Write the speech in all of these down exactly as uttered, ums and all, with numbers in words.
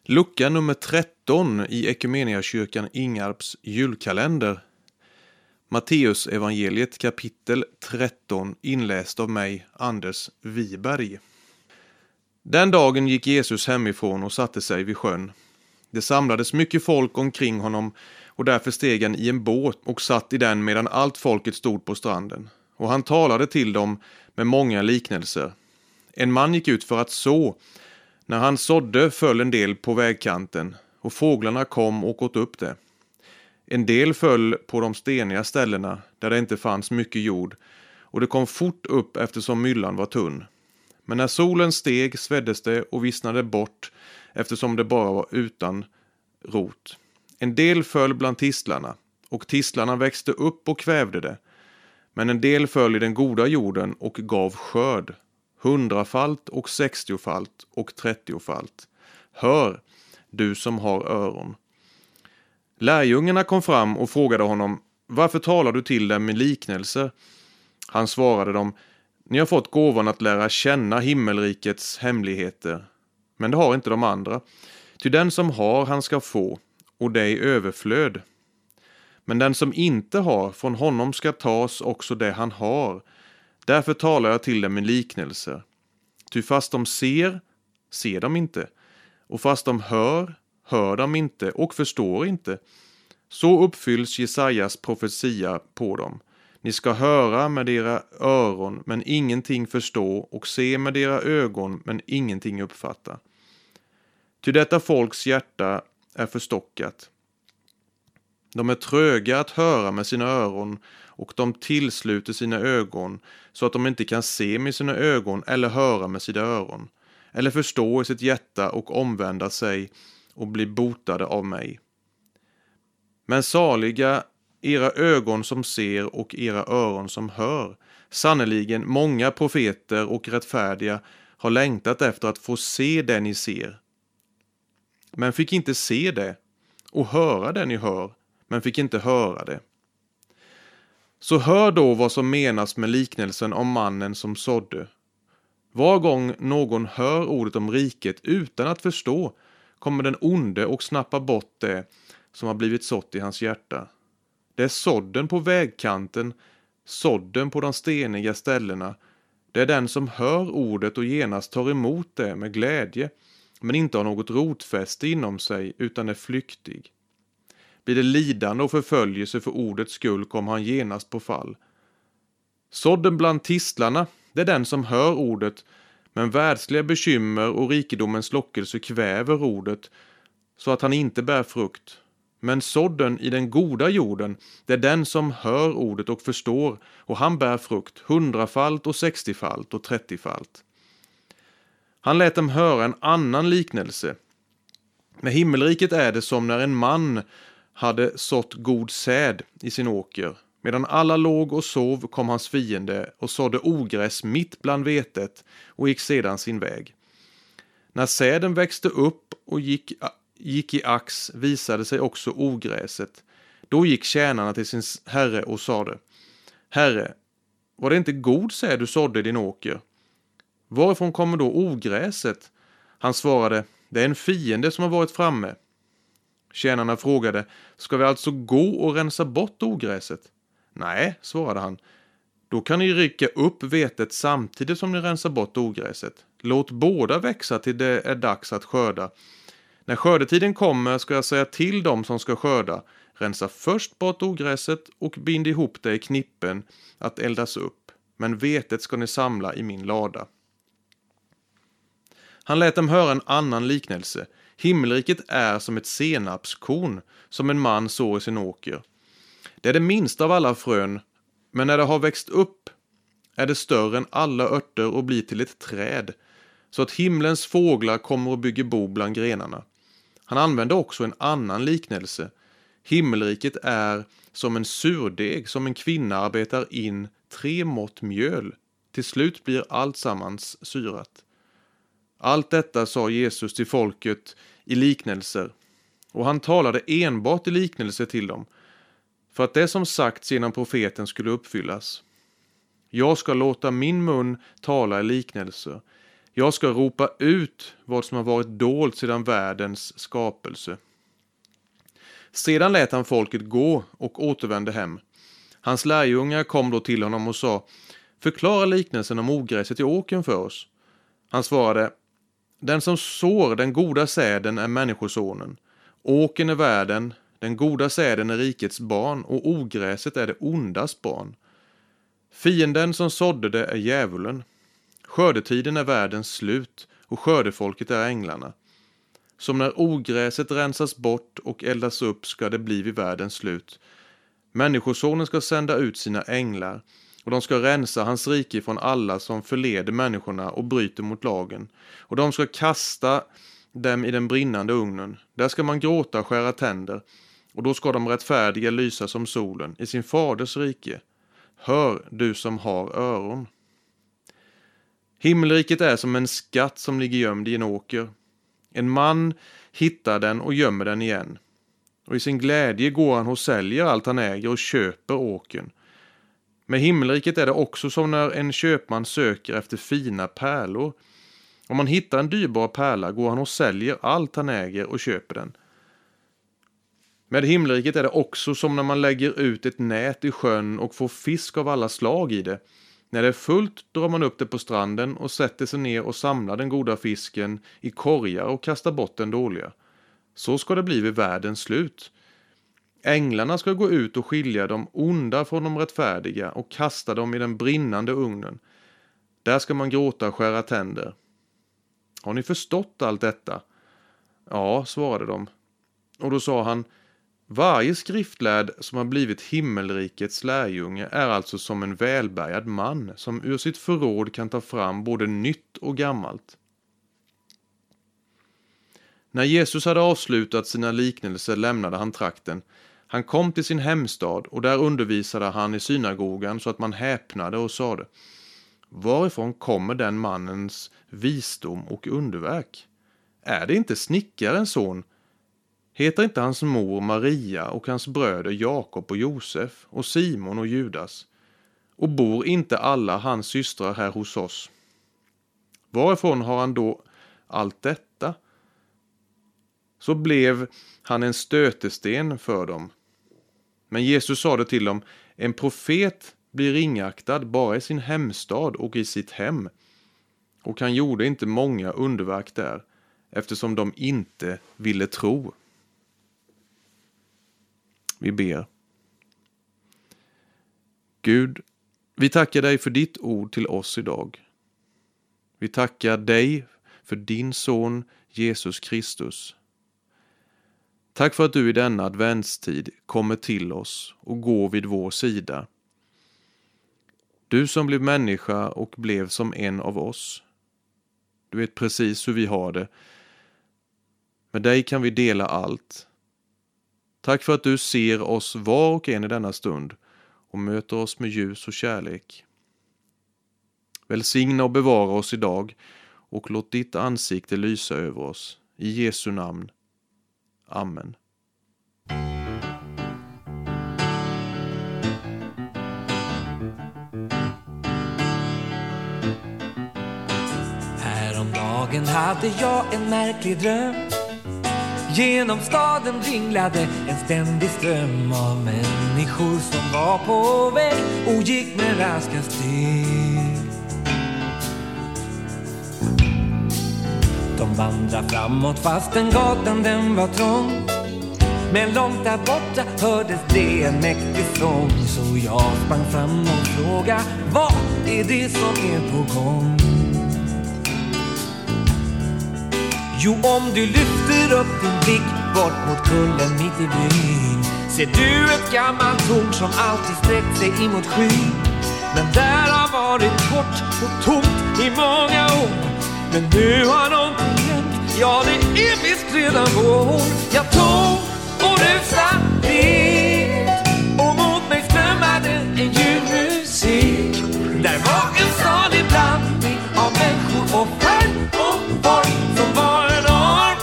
Lucka nummer tretton i Ekumeniakyrkan Ingarps julkalender. Matteus evangeliet kapitel tretton, inläst av mig, Anders Wiberg. Den dagen gick Jesus hemifrån och satte sig vid sjön. Det samlades mycket folk omkring honom och därför steg han i en båt och satt i den medan allt folket stod på stranden. Och han talade till dem med många liknelser. En man gick ut för att så. När han sådde föll en del på vägkanten och fåglarna kom och åt upp det. En del föll på de steniga ställena där det inte fanns mycket jord och det kom fort upp eftersom myllan var tunn. Men när solen steg sveddes det och vissnade bort eftersom det bara var utan rot. En del föll bland tistlarna och tistlarna växte upp och kvävde det. Men en del föll i den goda jorden och gav skörd. Hundrafalt och sextiofalt och trettiofalt. Hör, du som har öron. Lärjungarna kom fram och frågade honom, varför talar du till dem med liknelser? Han svarade dem, ni har fått gåvan att lära känna himmelrikets hemligheter, men det har inte de andra. Ty den som har, han ska få, och det är överflöd. Men den som inte har, från honom ska tas också det han har. Därför talar jag till dem med liknelser. Ty fast de ser, ser de inte. Och fast de hör, hör de inte och förstår inte. Så uppfylls Jesajas profetia på dem. Ni ska höra med era öron men ingenting förstå och se med era ögon men ingenting uppfatta. Ty detta folks hjärta är förstockat. De är tröga att höra med sina öron och de tillsluter sina ögon så att de inte kan se med sina ögon eller höra med sina öron eller förstå i sitt hjärta och omvända sig och bli botade av mig. Men saliga era ögon som ser och era öron som hör. Sannoliken många profeter och rättfärdiga har längtat efter att få se det ni ser, men fick inte se det, och höra det ni hör, men fick inte höra det. Så hör då vad som menas med liknelsen om mannen som sådde. Var gång någon hör ordet om riket utan att förstå, kommer den onde och snappar bort det som har blivit sått i hans hjärta. Det är sådden på vägkanten, sådden på de steniga ställena. Det är den som hör ordet och genast tar emot det med glädje, men inte har något rotfäste inom sig utan är flyktig. Blir det lidande och förföljelse för ordets skull kommer han genast på fall. Sådden bland tistlarna, det är den som hör ordet, men världsliga bekymmer och rikedomens lockelse kväver ordet så att han inte bär frukt. Men sådden i den goda jorden, det är den som hör ordet och förstår, och han bär frukt hundrafalt och sextiofalt och trettiofalt. Han lät dem höra en annan liknelse. Med himmelriket är det som när en man hade sått god säd i sin åker. Medan alla låg och sov kom hans fiende och sådde ogräs mitt bland vetet och gick sedan sin väg. När säden växte upp och gick, gick i ax visade sig också ogräset. Då gick tjänarna till sin herre och sade, Herre, var det inte god säd du sådde i din åker? Varifrån kommer då ogräset? Han svarade, det är en fiende som har varit framme. Tjänarna frågade, ska vi alltså gå och rensa bort ogräset? Nej, svarade han. Då kan ni rycka upp vetet samtidigt som ni rensar bort ogräset. Låt båda växa till det är dags att skörda. När skördetiden kommer ska jag säga till dem som ska skörda, rensa först bort ogräset och bind ihop det i knippen att eldas upp. Men vetet ska ni samla i min lada. Han lät dem höra en annan liknelse. Himmelriket är som ett senapskorn som en man sår i sin åker. Det är det minsta av alla frön, men när det har växt upp är det större än alla örter och blir till ett träd, så att himlens fåglar kommer och bygger bo bland grenarna. Han använde också en annan liknelse. Himmelriket är som en surdeg som en kvinna arbetar in tre mått mjöl. Till slut blir allt sammans syrat. Allt detta sa Jesus till folket i liknelser, och han talade enbart i liknelser till dem, för att det som sagts genom profeten skulle uppfyllas. Jag ska låta min mun tala i liknelser. Jag ska ropa ut vad som har varit dolt sedan världens skapelse. Sedan lät han folket gå och återvände hem. Hans lärjungar kom då till honom och sa: förklara liknelsen om ogräset i åkern för oss. Han svarade: den som sår den goda säden är människosonen. Åkern är världen, den goda säden är rikets barn och ogräset är det ondas barn. Fienden som sådde det är djävulen. Skördetiden är världens slut och skördefolket är änglarna. Som när ogräset rensas bort och eldas upp ska det bli vid världens slut. Människosonen ska sända ut sina änglar och de ska rensa hans rike från alla som förleder människorna och bryter mot lagen. Och de ska kasta dem i den brinnande ugnen. Där ska man gråta och skära tänder, och då ska de rättfärdiga lysa som solen i sin faders rike. Hör, du som har öron. Himmelriket är som en skatt som ligger gömd i en åker. En man hittar den och gömmer den igen. Och i sin glädje går han och säljer allt han äger och köper åkern. Med himmelriket är det också som när en köpman söker efter fina pärlor. Om man hittar en dyrbar pärla går han och säljer allt han äger och köper den. Med himmelriket är det också som när man lägger ut ett nät i sjön och får fisk av alla slag i det. När det är fullt drar man upp det på stranden och sätter sig ner och samlar den goda fisken i korgar och kastar bort den dåliga. Så ska det bli vid världens slut. Änglarna ska gå ut och skilja de onda från de rättfärdiga och kasta dem i den brinnande ugnen. Där ska man gråta och skära tänder. Har ni förstått allt detta? Ja, svarade de. Och då sa han: varje skriftlärd som har blivit himmelrikets lärjunge är alltså som en välbärgad man som ur sitt förråd kan ta fram både nytt och gammalt. När Jesus hade avslutat sina liknelser lämnade han trakten. Han kom till sin hemstad och där undervisade han i synagogan så att man häpnade och sade: varifrån kommer den mannens visdom och underverk? Är det inte snickarens son? Heter inte hans mor Maria och hans bröder Jakob och Josef och Simon och Judas? Och bor inte alla hans systrar här hos oss? Varifrån har han då allt detta? Så blev han en stötesten för dem. Men Jesus sade till dem: en profet blir ringaktad bara i sin hemstad och i sitt hem. Och han gjorde inte många underverk där, eftersom de inte ville tro. Vi ber. Gud, vi tackar dig för ditt ord till oss idag. Vi tackar dig för din son Jesus Kristus. Tack för att du i denna adventstid kommer till oss och går vid vår sida. Du som blev människa och blev som en av oss. Du vet precis hur vi har det. Med dig kan vi dela allt. Tack för att du ser oss var och en i denna stund och möter oss med ljus och kärlek. Välsigna och bevara oss idag och låt ditt ansikte lysa över oss. I Jesu namn. Amen. Häromdagen hade jag en märklig dröm. Genom staden ringlade en ständig ström av människor som var på väg och gick med raska steg. De vandrade framåt fastän gatan den var trång. Men långt där borta hördes det en mäktig sång. Så jag sprang fram och frågade: vad är det som är på gång? Jo, om du lyfter upp din blick bort mot kullen mitt i byn, ser du ett gammalt torn som alltid sträckt sig emot skyn. Men där har varit kort och tomt i många år. Men nu har någonting hänt, ja det är visst redan vår. Jag tog och rusade ner och mot mig strömmade en julmusik. Där var en salig blandning av människor och färg och form som var en arm.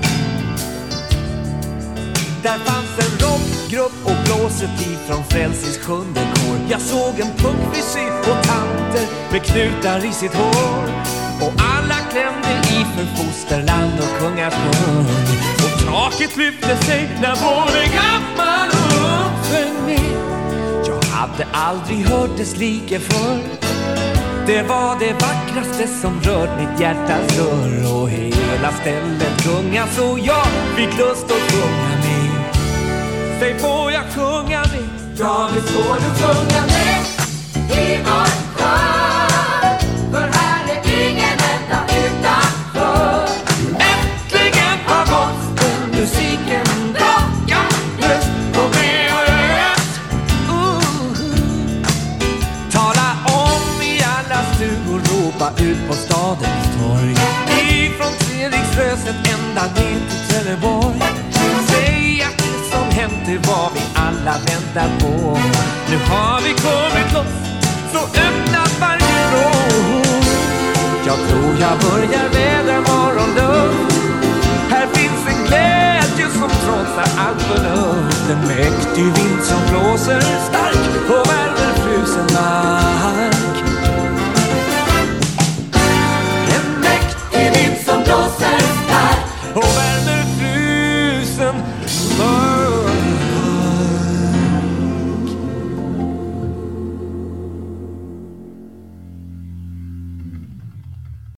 Där fanns en rockgrupp och blåsetiv från Frälsnings sjunde kår. Jag såg en punkfrisyr och tanter med knutar i sitt hår. och alla klämde i för fosterland och kungars kung. Och taket lyfte sig när både gammal och ung sjöng med. Jag hade aldrig hört dess like förr. Det var det vackraste som rört mitt hjärtas dörr. Och hela stället gunga så jag fick lust att sjunga med. Säg, får jag sjunga med? Ja, visst får du sjunga med i vår kör. För här är ingen enda utanför. Äntligen har gospel musiken brakar lös på mig och röst. Tala om i alla stugor, ropa ut på stadens torg. Ifrån Treriksröset ända ner till Trelleborg. Säg att det som hänt det var vi alla väntar på. Nu har vi kommit loss, så öppna varje rå. Jag tror jag börjar vädra morgonluft. Här finns en glädje som trotsar allt förnuft. En mäktig vind som blåser stark